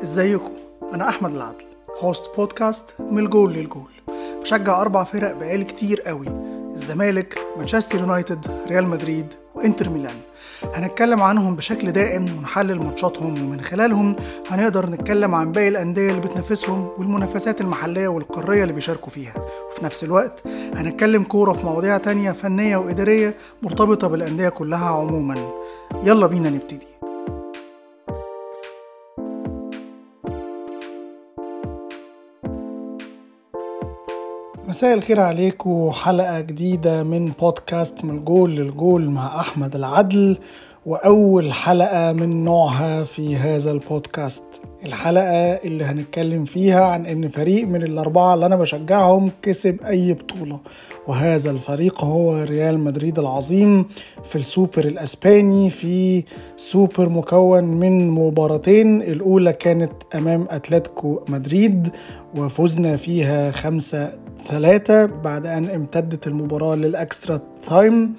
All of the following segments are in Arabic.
ازيكم؟ انا احمد العدل، هوست بودكاست من الجول للجول. بشجع 4 فرق بقالي كتير قوي: الزمالك، مانشستر يونايتد، ريال مدريد وانتر ميلان. هنتكلم عنهم بشكل دائم ونحلل ماتشاتهم، ومن خلالهم هنقدر نتكلم عن باقي الأندية اللي بتنافسهم والمنافسات المحلية والقارية اللي بيشاركوا فيها. وفي نفس الوقت هنتكلم كورة في مواضيع تانية فنية وإدارية مرتبطة بالأندية كلها عموما. يلا بينا نبتدي. مساء الخير عليكم، حلقة جديدة من بودكاست من الجول للجول مع أحمد العدل، وأول حلقة من نوعها في هذا البودكاست. الحلقة اللي هنتكلم فيها عن إن فريق من الأربعة اللي أنا بشجعهم كسب أي بطولة، وهذا الفريق هو ريال مدريد العظيم في السوبر الأسباني، في سوبر مكون من مباراتين. الأولى كانت أمام أتلتيكو مدريد وفزنا فيها 5-3 بعد أن امتدت المباراة للأكسترا تايم،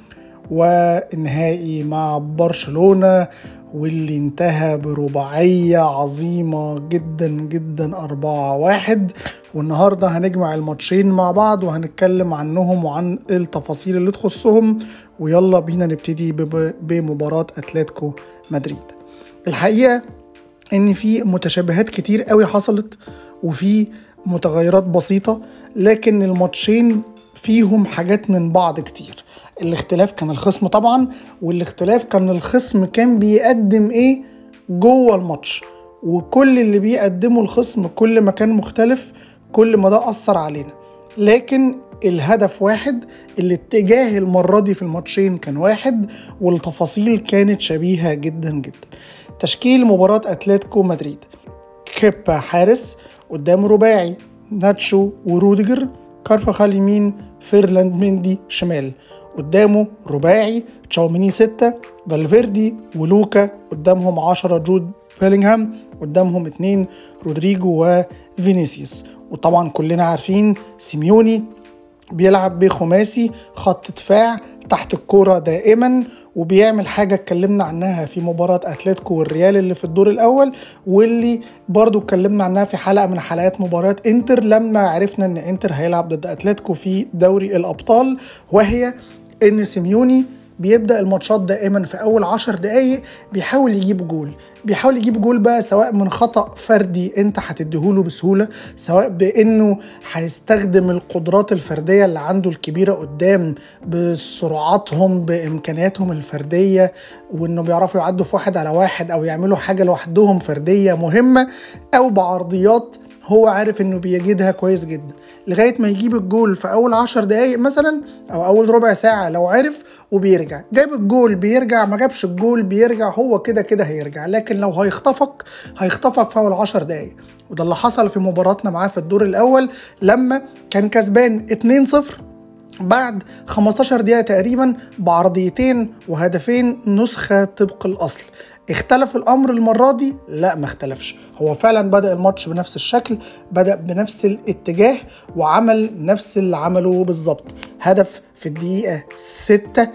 والنهائي مع برشلونة واللي انتهى برباعية عظيمة جدا جدا 4-1. والنهاردة هنجمع الماتشين مع بعض وهنتكلم عنهم وعن التفاصيل اللي تخصهم. ويلا بينا نبتدي بمباراة أتلتيكو مدريد. الحقيقة ان في متشابهات كتير قوي حصلت وفي متغيرات بسيطة، لكن الماتشين فيهم حاجات من بعض كتير. الاختلاف كان الخصم طبعا، والاختلاف كان الخصم كان بيقدم ايه جوه الماتش، وكل اللي بيقدمه الخصم كل ما كان مختلف كل ما ده أثر علينا. لكن الهدف واحد، الاتجاه المرة دي في الماتشين كان واحد، والتفاصيل كانت شبيهة جدا جدا. تشكيل مباراة أتلتيكو مدريد: كيبا حارس، قدامه رباعي ناتشو وروديجر، كارفاخال يمين، فيرلاند مندي شمال. قدامه رباعي تشاوميني 6، فالفيردي ولوكا. قدامهم 10 جود بيلينغهام. قدامهم 2 رودريجو وفينيسيوس. وطبعا كلنا عارفين سيميوني بيلعب بخماسي خط دفاع تحت الكرة دائما، وبيعمل حاجة اتكلمنا عنها في مباراة أتلتيكو والريال اللي في الدور الأول، واللي برضو اتكلمنا عنها في حلقة من حلقات مباراة انتر لما عرفنا ان انتر هيلعب ضد أتلتيكو في دوري الأبطال، وهي ان سيميوني بيبدأ الماتشات دائما في أول 10 دقايق بيحاول يجيب جول بقى، سواء من خطأ فردي انت هتديهوله بسهولة، سواء بأنه هيستخدم القدرات الفردية اللي عنده الكبيرة قدام بسرعاتهم بإمكانياتهم الفردية، وانه بيعرفوا يعدوا في 1 على 1 او يعملوا حاجة لوحدهم فردية مهمة، او بعرضيات هو عارف انه بيجدها كويس جدا، لغاية ما يجيب الجول في اول 10 دقايق مثلا او اول ربع ساعة لو عارف، وبيرجع. جاب الجول بيرجع، ما جابش الجول بيرجع، هو كده هيرجع. لكن لو هيخطفك في اول 10 دقايق. وده اللي حصل في مباراتنا معاه في الدور الاول لما كان كسبان 2-0 بعد 15 دقيقة تقريبا بعرضيتين وهدفين نسخة طبق الأصل. اختلف الأمر المرة دي؟ لا، ما اختلفش. هو فعلا بدأ الماتش بنفس الشكل، بدأ بنفس الاتجاه، وعمل نفس اللي عمله بالظبط. هدف في الدقيقة 6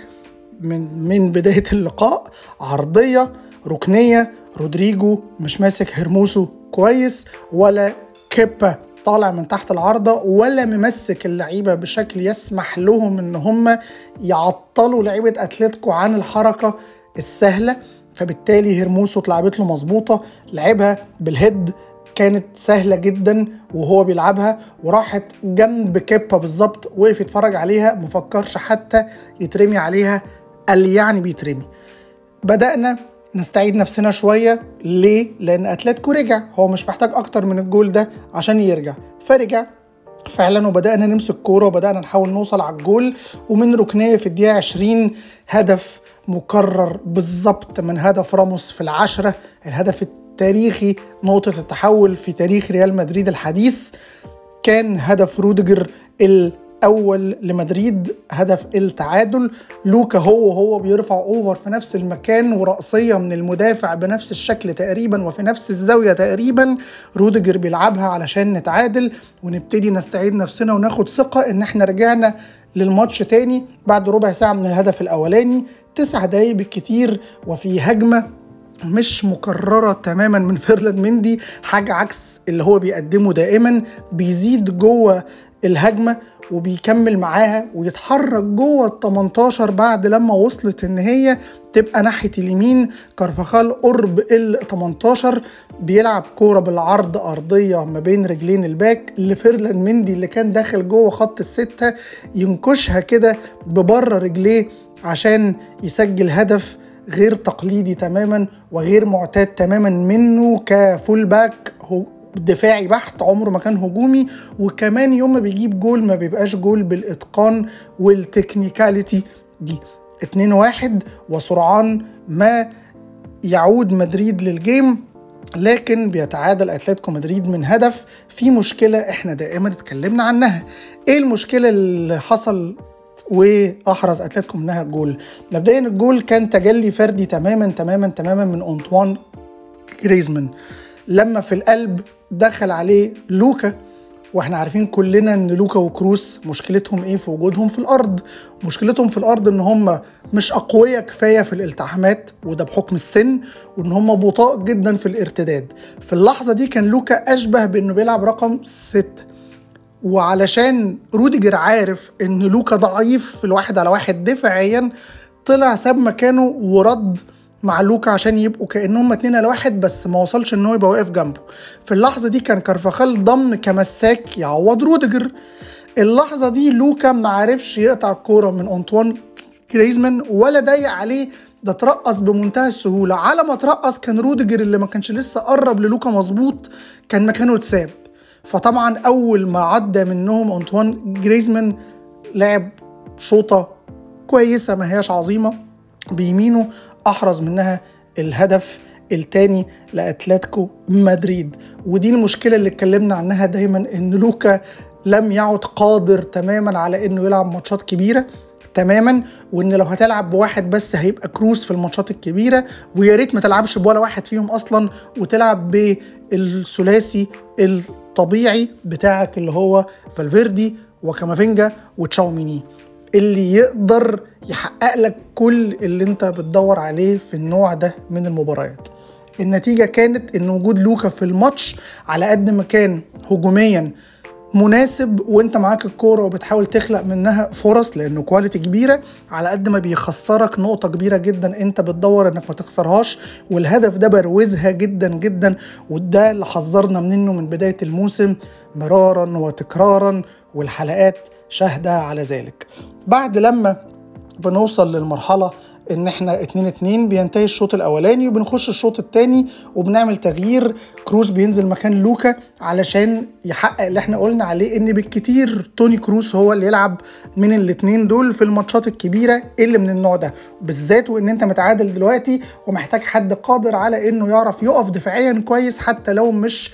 من بداية اللقاء، عرضية ركنية، رودريجو مش ماسك هرموسه كويس، ولا كيبا طالع من تحت العارضة، ولا ممسك اللعيبة بشكل يسمح لهم ان هم يعطلوا لعيبة أتلتيكو عن الحركة السهلة. فبالتالي هرموسو اتلعبت له مظبوطة، لعبها بالهيد كانت سهلة جدا وهو بيلعبها، وراحت جنب كيبا بالظبط، وقف يتفرج عليها، مفكرش حتى يترمي عليها، قال يعني بيترمي. بدأنا نستعيد نفسنا شوية. ليه؟ لأن أتلتيكو رجع، هو مش محتاج أكتر من الجول ده عشان يرجع، فرجع فعلا، وبدأنا نمسك كورة وبدأنا نحاول نوصل على الجول. ومن ركنية في الدقيقة 20 هدف مكرر بالظبط من هدف راموس في 10، الهدف التاريخي، نقطة التحول في تاريخ ريال مدريد الحديث، كان هدف روديجر الأول لمدريد، هدف التعادل. لوكا هو بيرفع أوفر في نفس المكان، ورأسية من المدافع بنفس الشكل تقريبا وفي نفس الزاوية تقريبا، روديجر بيلعبها علشان نتعادل ونبتدي نستعيد نفسنا وناخد ثقة إن احنا رجعنا للماتش تاني بعد ربع ساعة من الهدف الأولاني. 9 دقايق بالكثير، وفي هجمة مش مكررة تماما من فيرلاند مندي، حاجة عكس اللي هو بيقدمه دائما. بيزيد جوه الهجمة وبيكمل معاها ويتحرك جوه ال 18 بعد لما وصلت ان هي تبقى ناحية اليمين. كارفاخال قرب ال 18 بيلعب كورة بالعرض أرضية ما بين رجلين الباك لفيرلاند مندي اللي كان داخل جوه خط الستة، ينكشها كده ببر رجليه عشان يسجل هدف غير تقليدي تماما وغير معتاد تماما منه كفول باك دفاعي بحت، عمره ما كان هجومي. وكمان يوم ما بيجيب جول ما بيبقاش جول بالإتقان والتكنيكاليتي دي. 2-1 وسرعان ما يعود مدريد للجيم، لكن بيتعادل أتلتيكو مدريد من هدف. في مشكلة احنا دائما اتكلمنا عنها. ايه المشكلة اللي حصل واحرز اتلتيكو منها الجول؟ مبدئيا الجول كان تجلي فردي تماما من أنطوان جريزمان، لما في القلب دخل عليه لوكا. واحنا عارفين كلنا ان لوكا وكروس مشكلتهم ايه في وجودهم في الارض. مشكلتهم في الارض ان هم مش اقوياء كفايه في الالتحامات، وده بحكم السن، وان هم بطاء جدا في الارتداد. في اللحظه دي كان لوكا اشبه بانه بيلعب رقم 6، وعلشان روديجر عارف ان لوكا ضعيف في الواحد على واحد دفاعيا، طلع ساب مكانه ورد مع لوكا عشان يبقوا كأنهم 2-1، بس ما وصلش ان هو يبقى واقف جنبه. في اللحظة دي كان كارفاخال ضمن كمساك يعوض روديجر. اللحظة دي لوكا ما عرفش يقطع الكورة من أنطوان جريزمان ولا ضايق عليه، ده ترقص بمنتهى السهولة. على ما ترقص كان روديجر اللي ما كانش لسه قرب للوكا مظبوط كان مكانه اتساب. فطبعا اول ما عدى منهم أنطوان جريزمان لعب شوطة كويسة ما هياش عظيمة بيمينه، احرز منها الهدف الثاني لأتلتيكو مدريد. ودي المشكلة اللي اتكلمنا عنها دايما، ان لوكا لم يعد قادر تماما على انه يلعب ماتشات كبيرة تماما، وان لو هتلعب بواحد بس هيبقى كروس في الماتشات الكبيرة، ويا ريت ما تلعبش بولا واحد فيهم اصلا وتلعب بالثلاثي الطبيعي بتاعك اللي هو فالفيردي وكامافينجا وتشاوميني، اللي يقدر يحقق لك كل اللي انت بتدور عليه في النوع ده من المباريات. النتيجة كانت ان وجود لوكا في الماتش على قد ما كان هجوميا مناسب وانت معاك الكورة وبتحاول تخلق منها فرص لانه كواليتي كبيرة، على قد ما بيخسرك نقطة كبيرة جدا انت بتدور انك ما تخسرهاش. والهدف ده بروزها جدا وده اللي حذرنا منه من بداية الموسم مرارا وتكرارا، والحلقات شاهدة على ذلك. بعد لما بنوصل للمرحلة ان احنا 2-2 بينتهي الشوط الاولاني وبنخش الشوط الثاني وبنعمل تغيير. كروس بينزل مكان لوكا علشان يحقق اللي احنا قلنا عليه، ان بالكتير توني كروس هو اللي يلعب من الاثنين دول في الماتشات الكبيرة اللي من النوع ده بالذات، وان انت متعادل دلوقتي ومحتاج حد قادر على انه يعرف يقف دفاعيا كويس حتى لو مش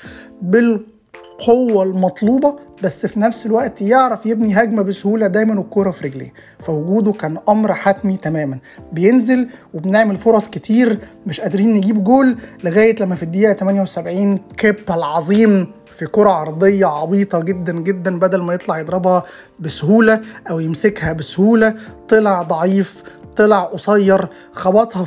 بالقوة المطلوبة، بس في نفس الوقت يعرف يبني هجمة بسهولة دايما والكرة في رجليه. فوجوده كان أمر حتمي تماما. بينزل وبنعمل فرص كتير مش قادرين نجيب جول، لغاية لما في الدقيقة 78 كيبا العظيم في كرة عرضية عبيطة جدا بدل ما يطلع يضربها بسهولة أو يمسكها بسهولة طلع ضعيف، طلع قصير، خبطت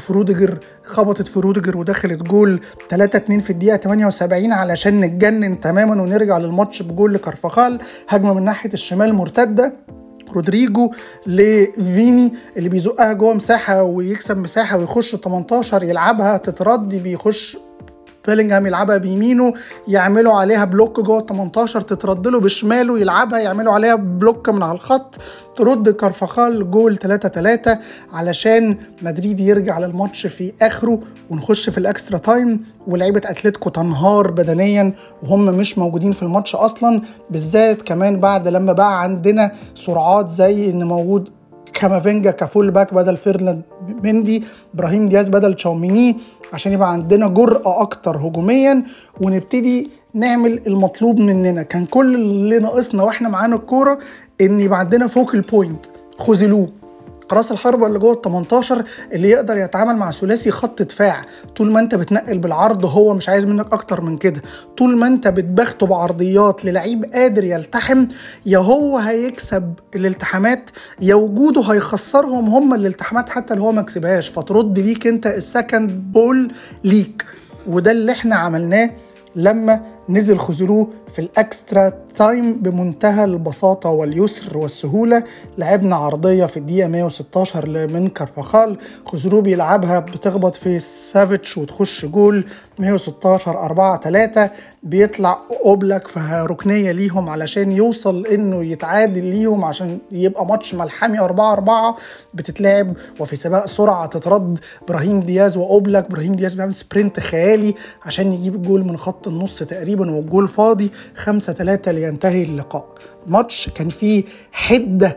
في روديجر ودخلت جول 3-2 في الدقيقة 78 علشان نتجنن تماما ونرجع للماتش بجول لكارفاخال. هجمة من ناحية الشمال مرتدة، رودريجو لفيني اللي بيزقها جوه مساحة ويكسب مساحة ويخش 18 يلعبها تترد، بيخش بيلينغهام يلعبها بيمينه يعملوا عليها بلوك جوه 18 تترد له بشماله يلعبها يعملوا عليها بلوك من على الخط ترد كارفاخال جول 3-3 علشان مدريد يرجع للماتش في اخره ونخش في الاكسترا تايم ولاعيبه اتلتيكو تنهار بدنيا وهم مش موجودين في الماتش اصلا، بالذات كمان بعد لما بقى عندنا سرعات زي ان موجود كامافينجا كفول باك بدل فيرلاند مندي، ابراهيم دياز بدل تشاوميني، عشان يبقى عندنا جرأة اكتر هجوميا ونبتدي نعمل المطلوب مننا. كان كل اللي ناقصنا واحنا معانا الكورة ان يبقى عندنا فوكال بوينت، خوزيلو راس الحربة اللي جوه ال 18 اللي يقدر يتعامل مع ثلاثي خط دفاع. طول ما انت بتنقل بالعرض هو مش عايز منك اكتر من كده. طول ما انت بتبخته بعرضيات للعيب قادر يلتحم، يا هو هيكسب الالتحامات يا وجوده هيخسرهم هم الالتحامات حتى اللي هو ما كسبهاش، فترد ليك انت السكند بول ليك. وده اللي احنا عملناه لما نزل خزروه في الاكسترا تايم بمنتهى البساطة واليسر والسهولة. لعبنا عرضية في الدقيقة 116 من كارفاخال، خزروه بيلعبها بتخبط في سافيتش وتخش جول. 116 4-3 بيطلع أوبلاك في ركنية ليهم علشان يوصل انه يتعادل ليهم عشان يبقى ماتش ملحمي 4-4 بتتلعب. وفي سباق سرعة تترد إبراهيم دياز وأوبلاك. إبراهيم دياز بيعمل سبرنت خيالي عشان يجيب الجول من خط النص تقريبا والجول فاضي. 5-3 لينتهي اللقاء. ماتش كان فيه حدة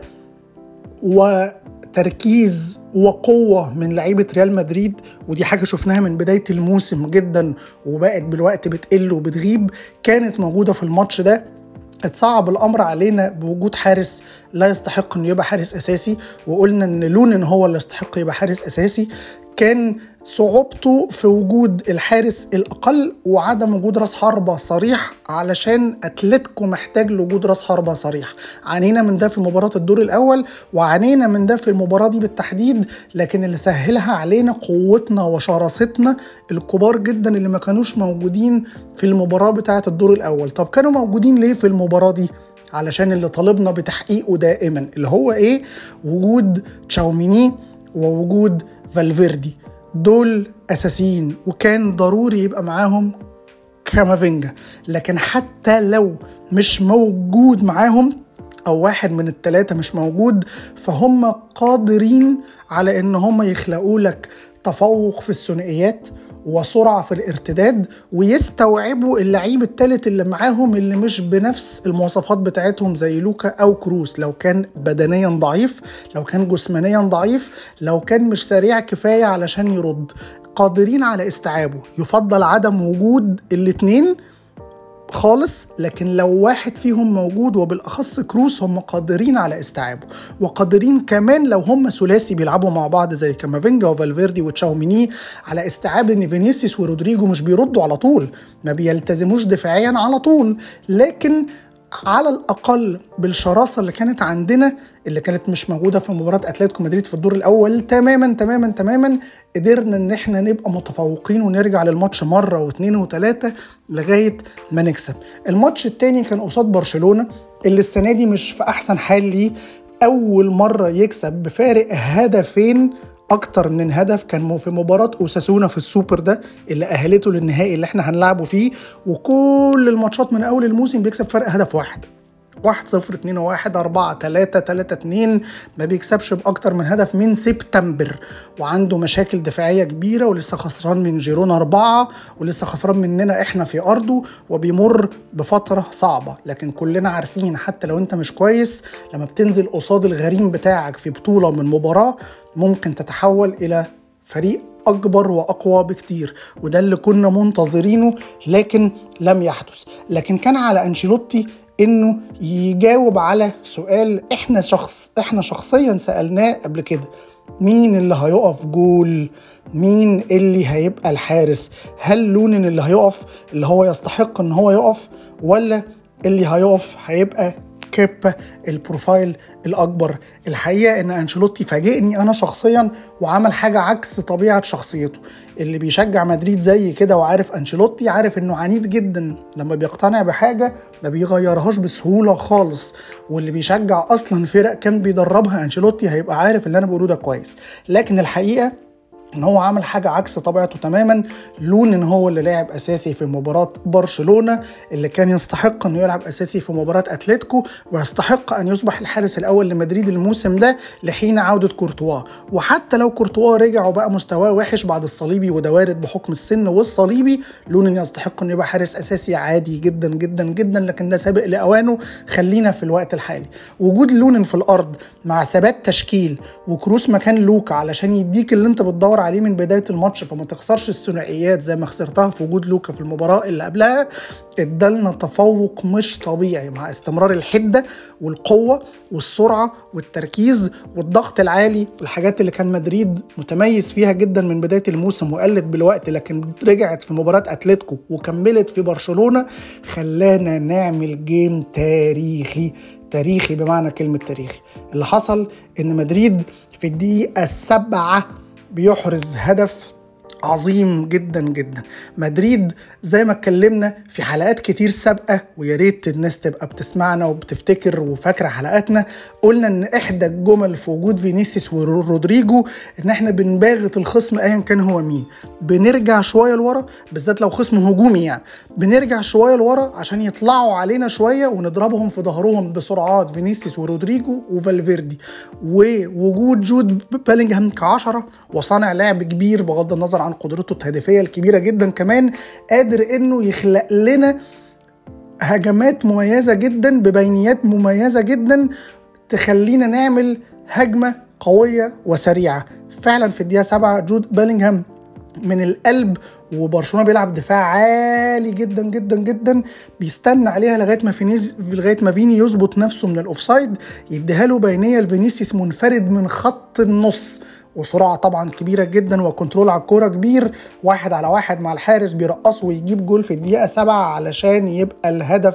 وتركيز وقوة من لعيبة ريال مدريد، ودي حاجة شفناها من بداية الموسم جدا وبقت بالوقت بتقل وبتغيب. كانت موجودة في الماتش ده. اتصعب الامر علينا بوجود حارس لا يستحق انه يبقى حارس اساسي، وقلنا ان لونين هو اللي يستحق يبقى حارس اساسي. كان صعوبته في وجود الحارس الاقل وعدم وجود راس حربة صريح، علشان اتلتيكو محتاج لوجود راس حربة صريح. عانينا من ده في مباراة الدور الاول وعانينا من ده في المباراة دي بالتحديد، لكن اللي سهلها علينا قوتنا وشراستنا الكبار جدا اللي ما كانوش موجودين في المباراة بتاعة الدور الاول. طب كانوا موجودين ليه في المباراة دي؟ علشان اللي طالبنا بتحقيقه دائما اللي هو ايه؟ وجود تشاوميني ووجود فالفيردي. دول أساسيين وكان ضروري يبقى معاهم كامافينجا. لكن حتى لو مش موجود معاهم أو واحد من الثلاثة مش موجود، فهم قادرين على إن هم يخلقوا لك تفوق في الثنائيات وسرعة في الارتداد، ويستوعبوا اللعيب الثالث اللي معاهم اللي مش بنفس المواصفات بتاعتهم زي لوكا أو كروس. لو كان بدنيا ضعيف، لو كان جسمانيا ضعيف، لو كان مش سريع كفاية علشان يرد، قادرين على استيعابه. يفضل عدم وجود الاتنين خالص، لكن لو واحد فيهم موجود وبالأخص كروس هم قادرين على استيعابه. وقادرين كمان لو هم ثلاثي بيلعبوا مع بعض زي كامافينجا وفالفيردي وتشاوميني على استيعاب ان فينيسيوس ورودريجو مش بيردوا على طول، ما بيلتزموش دفاعيا على طول، لكن على الأقل بالشراسة اللي كانت عندنا اللي كانت مش موجودة في مباراة أتلتيكو مدريد في الدور الأول تماما قدرنا ان احنا نبقى متفوقين ونرجع للماتش مرة واثنين وثلاثة لغاية ما نكسب. الماتش التاني كان قصاد برشلونة اللي السنة دي مش في أحسن حال ليه. أول مرة يكسب بفارق هدفين أكتر من هدف، كان في مباراة أوساسونا في السوبر ده اللي أهلته للنهائي اللي احنا هنلعبه فيه. وكل الماتشات من أول الموسم بيكسب فرق هدف واحد، 1-0 2-1 4-3 3-2. ما بيكسبش بأكتر من هدف من سبتمبر، وعنده مشاكل دفاعية كبيرة، ولسه خسران من جيرونا 4 ولسه خسران مننا احنا في أرضه، وبيمر بفترة صعبة. لكن كلنا عارفين حتى لو انت مش كويس لما بتنزل قصاد الغريم بتاعك في بطولة من مباراة ممكن تتحول إلى فريق أكبر وأقوى بكتير، وده اللي كنا منتظرينه لكن لم يحدث. لكن كان على أنشيلوتي انه يجاوب على سؤال احنا شخصيا سألناه قبل كده: مين اللي هيقف جول؟ مين اللي هيبقى الحارس؟ هل لونين اللي هيقف اللي هو يستحق ان هو يقف، ولا اللي هيقف هيبقى كيبا البروفايل الأكبر؟ الحقيقة إن أنشيلوتي فاجئني أنا شخصيا وعمل حاجة عكس طبيعة شخصيته. اللي بيشجع مدريد زي كده وعارف أنشيلوتي عارف إنه عنيد جدا، لما بيقتنع بحاجة ما بيغيرهاش بسهولة خالص. واللي بيشجع أصلا فرق كان بيدربها أنشيلوتي هيبقى عارف اللي أنا بقوله ده كويس. لكن الحقيقة ان هو عمل حاجة عكس طبيعته تماما. لونين هو اللي لعب اساسي في مباراة برشلونة اللي كان يستحق انه يلعب اساسي في مباراة اتلتيكو، ويستحق ان يصبح الحارس الاول لمدريد الموسم ده لحين عودة كورتوا. وحتى لو كورتوا رجع وبقى مستواه وحش بعد الصليبي وده وارد بحكم السن والصليبي، لونين يستحق انه يبقى حارس اساسي عادي جدا جدا جدا، لكن ده سابق لاوانه. خلينا في الوقت الحالي وجود لونين في الارض مع ثبات تشكيل وكروس مكان لوكا علشان يديك اللي انت بتدور عليه من بداية الماتش فما تخسرش الثنائيات زي ما خسرتها في وجود لوكا في المباراة اللي قبلها، ادالنا تفوق مش طبيعي مع استمرار الحدة والقوة والسرعة والتركيز والضغط العالي، الحاجات اللي كان مدريد متميز فيها جدا من بداية الموسم وقلت بالوقت، لكن رجعت في مباراة أتلتيكو وكملت في برشلونة، خلانا نعمل جيم تاريخي بمعنى كلمة تاريخي. اللي حصل ان مدريد في الدقيقة 7 بيحرز هدف عظيم جدا جدا. مدريد زي ما اتكلمنا في حلقات كتير سابقة، ويا ريت الناس تبقى بتسمعنا وبتفتكر وفاكرة حلقاتنا، قلنا ان احدى الجمل في وجود فينيسيوس ورودريجو ان احنا بنباغت الخصم ايا كان هو مين، بنرجع شوية لورا بالذات لو خصم هجومي، يعني بنرجع شوية لورا عشان يطلعوا علينا شوية ونضربهم في ظهرهم بسرعات فينيسيوس ورودريجو وفالفيردي، ووجود جود بيلينغهام كعشرة وصانع لعب كبير بغض النظر عن قدرته التهديفية الكبيرة جدا، كمان قادر انه يخلق لنا هجمات مميزة جدا ببينيات مميزة جدا تخلينا نعمل هجمة قوية وسريعة. فعلا في الدقيقة 7 جود بيلينغهام من القلب، وبرشلونة بيلعب دفاع عالي جدا جدا جدا بيستنى عليها لغاية ما فيني يظبط نفسه من الاوفسايد، يديها له بينية لفينيسيوس منفرد من خط النص، وسرعة طبعا كبيرة جدا وكنترول على الكورة كبير، 1 على 1 مع الحارس بيرقصه ويجيب جول في الدقيقة 7 علشان يبقى الهدف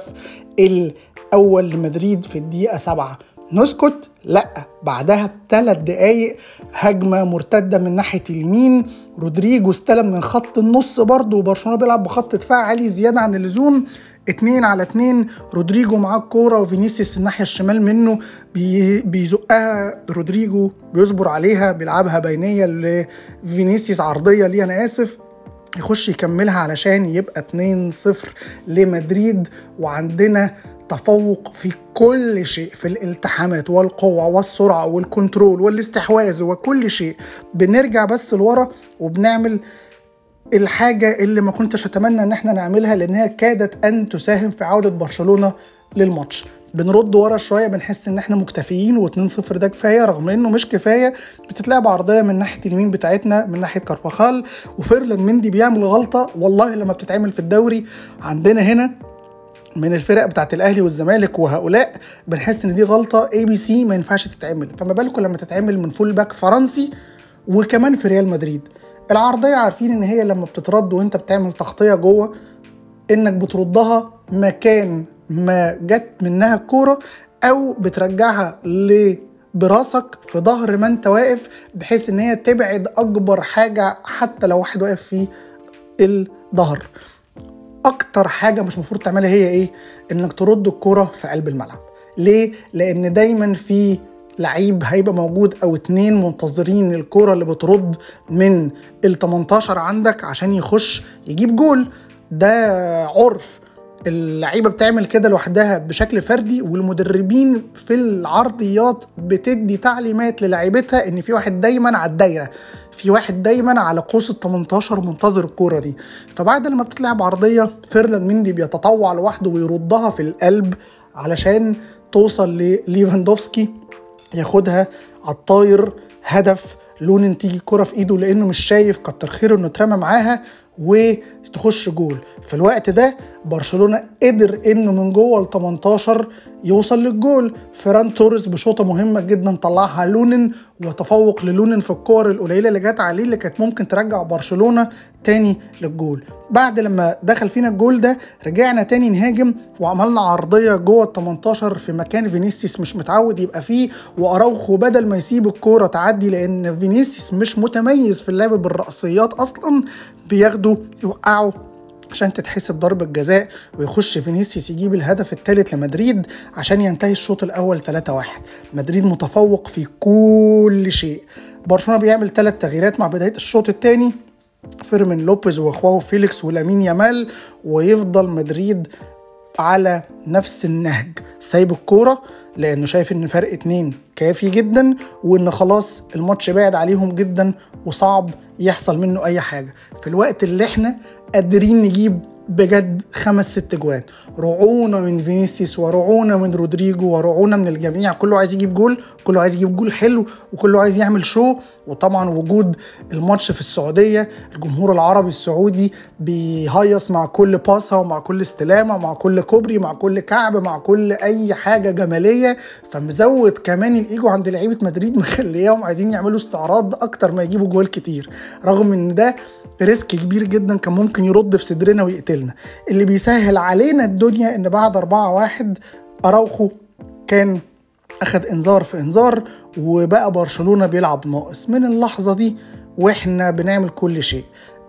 الأول لمدريد في الدقيقة 7. نسكت؟ لا، بعدها ب3 دقايق هجمة مرتدة من ناحية اليمين، رودريجو استلم من خط النص برضه، وبرشلونة بيلعب بخط دفاع عالي زيادة عن اللزوم، 2 على 2، رودريجو معاه الكورة وفينيسيوس الناحية الشمال منه بيزقها، رودريجو بيصبر عليها بيلعبها بينية لفينيسيوس عرضية ليه أنا آسف، يخش يكملها علشان يبقى 2-0 لمدريد، وعندنا تفوق في كل شيء، في الالتحامات والقوة والسرعة والكنترول والاستحواذ وكل شيء. بنرجع بس لورا وبنعمل الحاجة اللي ما كنتش أتمنى ان احنا نعملها لانها كادت ان تساهم في عودة برشلونة للماتش. بنرد ورا شوية، بنحس ان احنا مكتفيين و2-0 ده كفاية، رغم انه مش كفاية. بتتلعب عرضية من ناحية اليمين بتاعتنا من ناحية كارفاخال، وفيرلاند مندي بيعمل غلطة والله لما بتتعمل في الدوري عندنا هنا من الفرق بتاعت الاهلي والزمالك وهؤلاء، بنحس ان دي غلطة ABC ما ينفعش تتعمل، فما بالكم لما تتعمل من فول باك فرنسي وكمان في ريال مدريد. العرضية عارفين ان هي لما بتترد وانت بتعمل تغطية جوه انك بتردها مكان ما جت منها الكورة، او بترجعها براسك في ظهر ما انت واقف، بحيث ان هي تبعد اكبر حاجة حتى لو واحد واقف في الظهر. اكتر حاجة مش مفروض تعملها هي ايه؟ انك ترد الكورة في قلب الملعب. ليه؟ لان دايما في لعيب هيبقى موجود او 2 منتظرين الكرة اللي بترد من ال18 عندك عشان يخش يجيب جول. ده عرف، اللعيبة بتعمل كده لوحدها بشكل فردي، والمدربين في العرضيات بتدي تعليمات للاعيبتها ان في واحد دايما على الدايرة، في واحد دايما على قوس ال18 منتظر الكرة دي. فبعد لما بتتلعب عرضية فيرلاند مندي بيتطوع لوحده ويردها في القلب علشان توصل لليفاندوفسكي ياخدها على الطاير، هدف. لونين تيجي الكرة في ايده لانه مش شايف، كتر خيره انه اترمى معاها وتخش جول. في الوقت ده برشلونة قدر انه من جوه ال18 يوصل للجول. فيران توريس بشوطة مهمة جدا طلعها لونين، وتفوق للونين في الكور القليلة اللي جات عليه اللي كانت ممكن ترجع برشلونة تاني للجول. بعد لما دخل فينا الجول ده رجعنا تاني نهاجم وعملنا عرضية جوه ال18 في مكان فينيسيوس مش متعود يبقى فيه، واراوخو بدل ما يسيب الكورة تعدي لان فينيسيوس مش متميز في اللعب بالرأسيات اصلا، بياخدوا يوقعوا عشان تتحسب ضربة جزاء ويخش فينيسيوس يجيب الهدف الثالث لمدريد عشان ينتهي الشوط الأول 3-1. مدريد متفوق في كل شيء. برشلونة بيعمل 3 تغييرات مع بداية الشوط الثاني، فيرمين لوبيز واخواه فيليكس ولامين يامال، ويفضل مدريد على نفس النهج، سايب الكورة لأنه شايف إن فرق 2 كافي جدا، وإن خلاص الماتش بعد عليهم جدا وصعب يحصل منه أي حاجة. في الوقت اللي احنا قادرين نجيب بجد 5-6 جوان، رعونة من فينيسيوس ورعونة من رودريجو ورعونة من الجميع. كله عايز يجيب جول، كله عايز يجيب جول حلو، وكله عايز يعمل شو. وطبعا وجود الماتش في السعودية، الجمهور العربي السعودي بيهيص مع كل باسة ومع كل استلامة، مع كل كوبري، مع كل كعب، مع كل اي حاجة جمالية. فمزود كمان الايجو عند لعيبة مدريد، مخليهم عايزين يعملوا استعراض اكتر ما يجيبوا جوال كتير، رغم ان ده ريسك كبير جدا كان ممكن يرد في صدرنا ويقتلنا. اللي بيسهل علينا الدنيا ان بعد 4-1 اراوخو كان اخد انذار في انذار، وبقى برشلونة بيلعب ناقص. من اللحظة دي واحنا بنعمل كل شيء.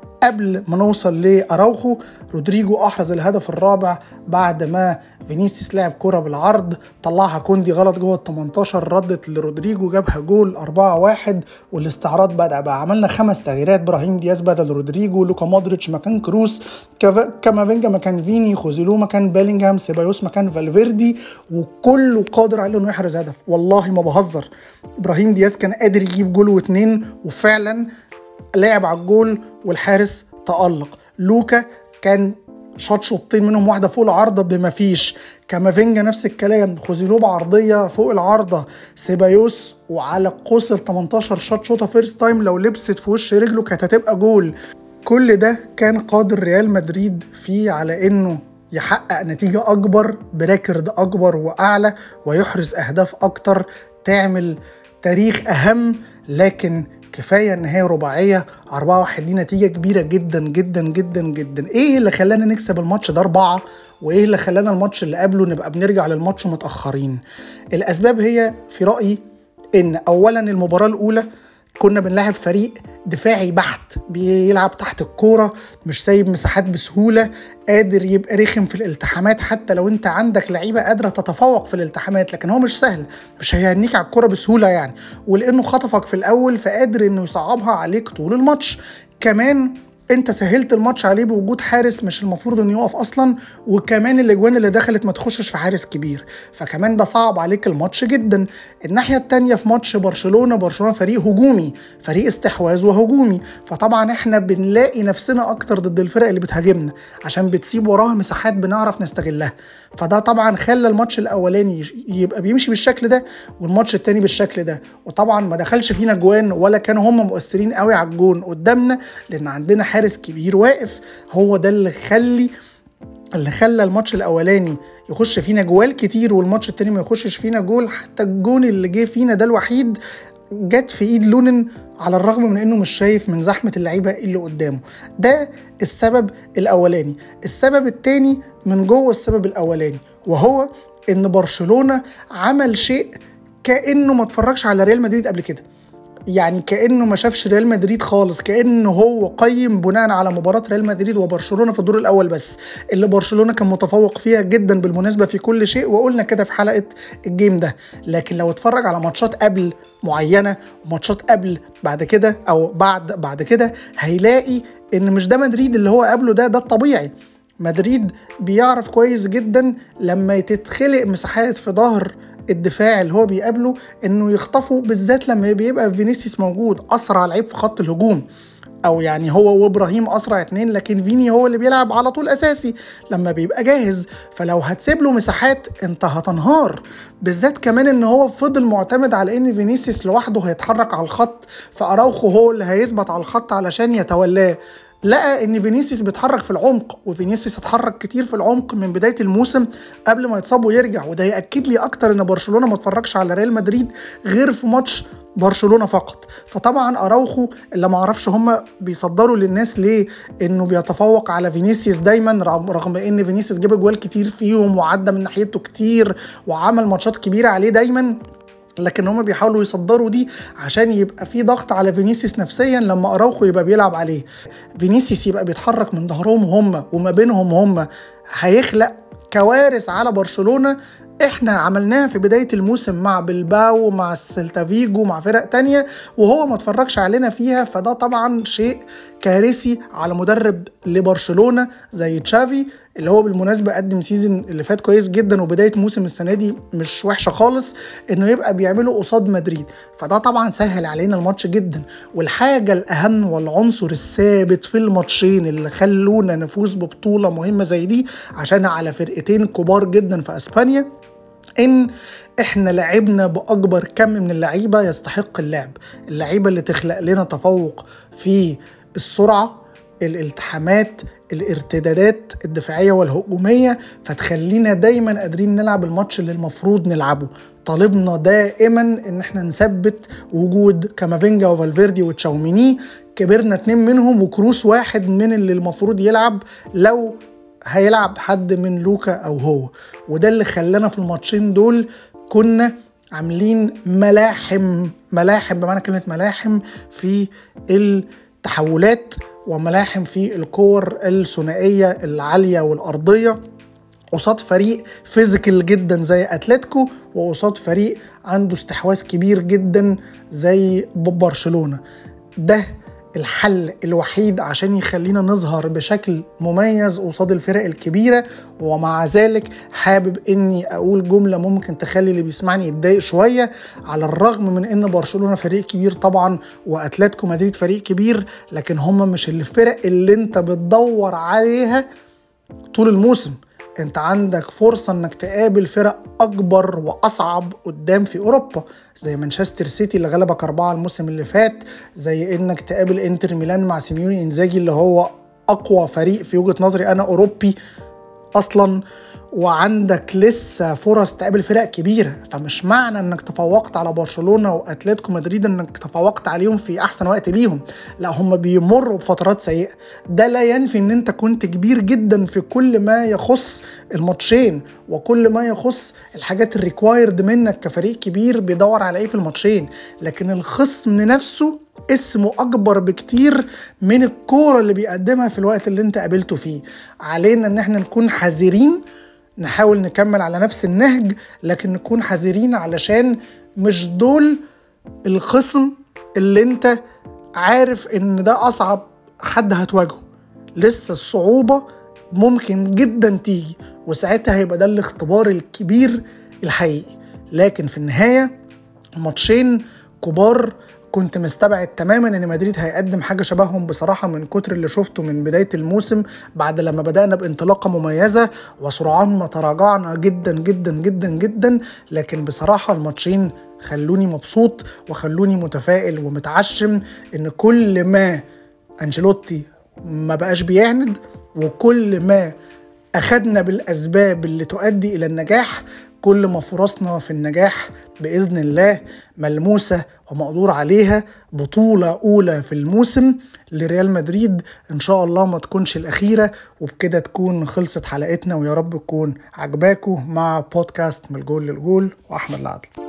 قبل ما نوصل لأراوخو، رودريجو أحرز الهدف الرابع بعد ما فينيسيوس لعب كرة بالعرض، طلعها كوندي غلط جوه ال18، ردت لرودريجو جابها جول 4-1. والاستعراض بدأ بقى. عملنا 5 تغييرات: ابراهيم دياز بدل رودريجو، لوكا مودريتش مكان كروس، كامافينجا مكان فيني، خوزيلو مكان بيلينغهام، سيبايوس مكان فالفيردي، وكله قادر عليه انه يحرز هدف. والله ما بهزر، ابراهيم دياز كان قادر يجيب جول و2، وفعلا لعب على الجول والحارس تألق. لوكا كان شوطين منهم واحدة فوق العارضة بما فيش، كامافينجا نفس الكلام، خوزيلو بعرضية فوق العارضة، سيبايوس وعلى قوس ال18 شوطة فيرست تايم لو لبست في وش رجله كانت هتبقى جول. كل ده كان قادر ريال مدريد فيه على انه يحقق نتيجة اكبر بريكورد اكبر واعلى، ويحرز اهداف اكتر تعمل تاريخ اهم. لكن كفاية ان هي رباعية 4-1 دي نتيجة كبيرة جدا جدا جدا جدا. ايه اللي خلانا نكسب الماتش ده 4؟ وايه اللي خلانا الماتش اللي قبله نبقى بنرجع للماتش متأخرين؟ الاسباب هي في رأيي ان اولا المباراة الاولى كنا بنلعب فريق دفاعي بحت، بيلعب تحت الكورة، مش سايب مساحات بسهولة، قادر يبقى رخم في الالتحامات. حتى لو انت عندك لعيبة قادرة تتفوق في الالتحامات، لكن هو مش سهل، مش هيهنيك على الكورة بسهولة يعني. ولانه خطفك في الاول فقادر انه يصعبها عليك طول الماتش. كمان انت سهلت الماتش عليه بوجود حارس مش المفروض انه يقف اصلا، وكمان الاجوان اللي دخلت ما تخشش في حارس كبير، فكمان ده صعب عليك الماتش جدا. الناحية التانية في ماتش برشلونة فريق هجومي، فريق استحواذ وهجومي، فطبعا احنا بنلاقي نفسنا اكتر ضد الفرق اللي بتهاجمنا عشان بتسيب وراها مساحات بنعرف نستغلها. فده طبعا خلى الماتش الاولاني يبقى بيمشي بالشكل ده، والماتش التاني بالشكل ده. وطبعا ما دخلش فينا جوان ولا كانوا هم مؤثرين قوي على الجون قدامنا، لان عندنا حارس كبير واقف. هو ده اللي خلى الماتش الاولاني يخش فينا جوال كتير والماتش التاني ما يخشش فينا جول. حتى الجون اللي جه فينا ده الوحيد جت في ايد لونين، على الرغم من انه مش شايف من زحمة اللعيبة اللي قدامه. ده السبب الاولاني. السبب التاني من جوه السبب الاولاني، وهو ان برشلونة عمل شيء كأنه ما اتفرجش على ريال مدريد قبل كده، يعني كأنه ما شافش ريال مدريد خالص، كأنه هو قيم بناء على مباراة ريال مدريد وبرشلونة في الدور الأول بس، اللي برشلونة كان متفوق فيها جدا بالمناسبة في كل شيء، وقلنا كده في حلقة الجيم ده. لكن لو اتفرج على ماتشات قبل معينة وماتشات قبل بعد كده أو بعد كده، هيلاقي إن مش ده مدريد اللي هو قبله، ده الطبيعي. مدريد بيعرف كويس جدا لما تتخلق مساحات في ظهر الدفاع اللي هو بيقابله انه يخطفه، بالذات لما بيبقى فينيسيوس موجود، اسرع لعيب في خط الهجوم، او يعني هو وابراهيم اسرع 2، لكن فيني هو اللي بيلعب على طول اساسي لما بيبقى جاهز. فلو هتسيب له مساحات انت هتنهار، بالذات كمان ان هو فضل معتمد على ان فينيسيوس لوحده هيتحرك على الخط، فاراوخو هو اللي هيثبت على الخط علشان يتولاه. لقى ان فينيسيوس بيتحرك في العمق، وفينيسيوس اتحرك كتير في العمق من بدايه الموسم قبل ما يتصاب ويرجع. وده ياكد لي اكتر ان برشلونه ما اتفرجش على ريال مدريد غير في ماتش برشلونه فقط. فطبعا اراوخو اللي ما اعرفش هم بيصدروا للناس ليه انه بيتفوق على فينيسيوس دايما، رغم ان فينيسيوس جاب جوال كتير فيهم وعدى من ناحيته كتير وعمل ماتشات كبيره عليه دايما، لكن هم بيحاولوا يصدروا دي عشان يبقى في ضغط على فينيسيوس نفسيا لما اراوخو يبقى بيلعب عليه. فينيسيوس يبقى بيتحرك من ظهرهم هم وما بينهم هم، هيخلق كوارث على برشلونة احنا عملناها في بداية الموسم مع بلباو مع السلتا فيجو مع فرق تانية، وهو ما اتفرجش علينا فيها. فده طبعا شيء كارثي على مدرب لبرشلونة زي تشافي، اللي هو بالمناسبة قدم سيزن اللي فات كويس جدا وبداية موسم السنة دي مش وحشة خالص، انه يبقى بيعمله قصاد مدريد. فده طبعا سهل علينا الماتش جدا. والحاجة الأهم والعنصر الثابت في الماتشين اللي خلونا نفوز ببطولة مهمة زي دي عشان على فرقتين كبار جدا في اسبانيا، ان احنا لعبنا باكبر كم من اللعيبه يستحق اللعب، اللعيبه اللي تخلق لنا تفوق في السرعه، الالتحامات، الارتدادات الدفاعيه والهجوميه، فتخلينا دايما قادرين نلعب الماتش اللي المفروض نلعبه. طالبنا دائما ان احنا نثبت وجود كامافينجا وفالفيردي وتشاوميني، كبرنا 2 منهم وكروس واحد من اللي المفروض يلعب لو هيلعب حد من لوكا او هو. وده اللي خلانا في الماتشين دول كنا عاملين ملاحم بمعنى كلمة ملاحم في التحولات، وملاحم في الكور الثنائية العالية والأرضية، قصاد فريق فيزيكال جدا زي أتلتيكو، وقصاد فريق عنده استحواذ كبير جدا زي برشلونة. ده الحل الوحيد عشان يخلينا نظهر بشكل مميز قصاد الفرق الكبيرة. ومع ذلك حابب اني اقول جملة ممكن تخلي اللي بيسمعني يتضايق شوية، على الرغم من ان برشلونة فريق كبير طبعا واتلتيكو مدريد فريق كبير، لكن هم مش الفرق اللي انت بتدور عليها طول الموسم. انت عندك فرصة انك تقابل فرق اكبر واصعب قدام في اوروبا، زي مانشستر سيتي اللي غلبك 4 الموسم اللي فات، زي انك تقابل انتر ميلان مع سيميوني انزاجي اللي هو اقوى فريق في وجهة نظري انا اوروبي اصلا، وعندك لسه فرص تقابل فرق كبيرة. فمش معنى انك تفوقت على برشلونة واتلتيكو مدريد انك تفوقت عليهم في احسن وقت ليهم، لا، هم بيمروا بفترات سيئة. ده لا ينفي ان انت كنت كبير جدا في كل ما يخص الماتشين وكل ما يخص الحاجات الريكوايرد منك كفريق كبير بيدور على ايه في الماتشين، لكن الخصم نفسه اسمه اكبر بكتير من الكورة اللي بيقدمها في الوقت اللي انت قابلته فيه. علينا ان احنا نكون حذرين، نحاول نكمل على نفس النهج، لكن نكون حذرين علشان مش دول الخصم اللي انت عارف ان ده اصعب حد هتواجهه. لسه الصعوبة ممكن جدا تيجي، وساعتها هيبقى ده الاختبار الكبير الحقيقي. لكن في النهاية ماتشين كبار كنت مستبعد تماما ان مدريد هيقدم حاجة شبههم بصراحة، من كتر اللي شفته من بداية الموسم بعد لما بدأنا بانطلاقة مميزة وسرعان ما تراجعنا جدا جدا جدا جدا. لكن بصراحة الماتشين خلوني مبسوط وخلوني متفائل ومتعشم ان كل ما أنشيلوتي ما بقاش بيعند، وكل ما أخدنا بالأسباب اللي تؤدي إلى النجاح، كل ما فرصنا في النجاح بإذن الله ملموسة ومقدور عليها. بطولة أولى في الموسم لريال مدريد إن شاء الله ما تكونش الأخيرة. وبكده تكون خلصت حلقتنا، ويا رب تكون عجباكم مع بودكاست من الجول للجول وأحمد العدل.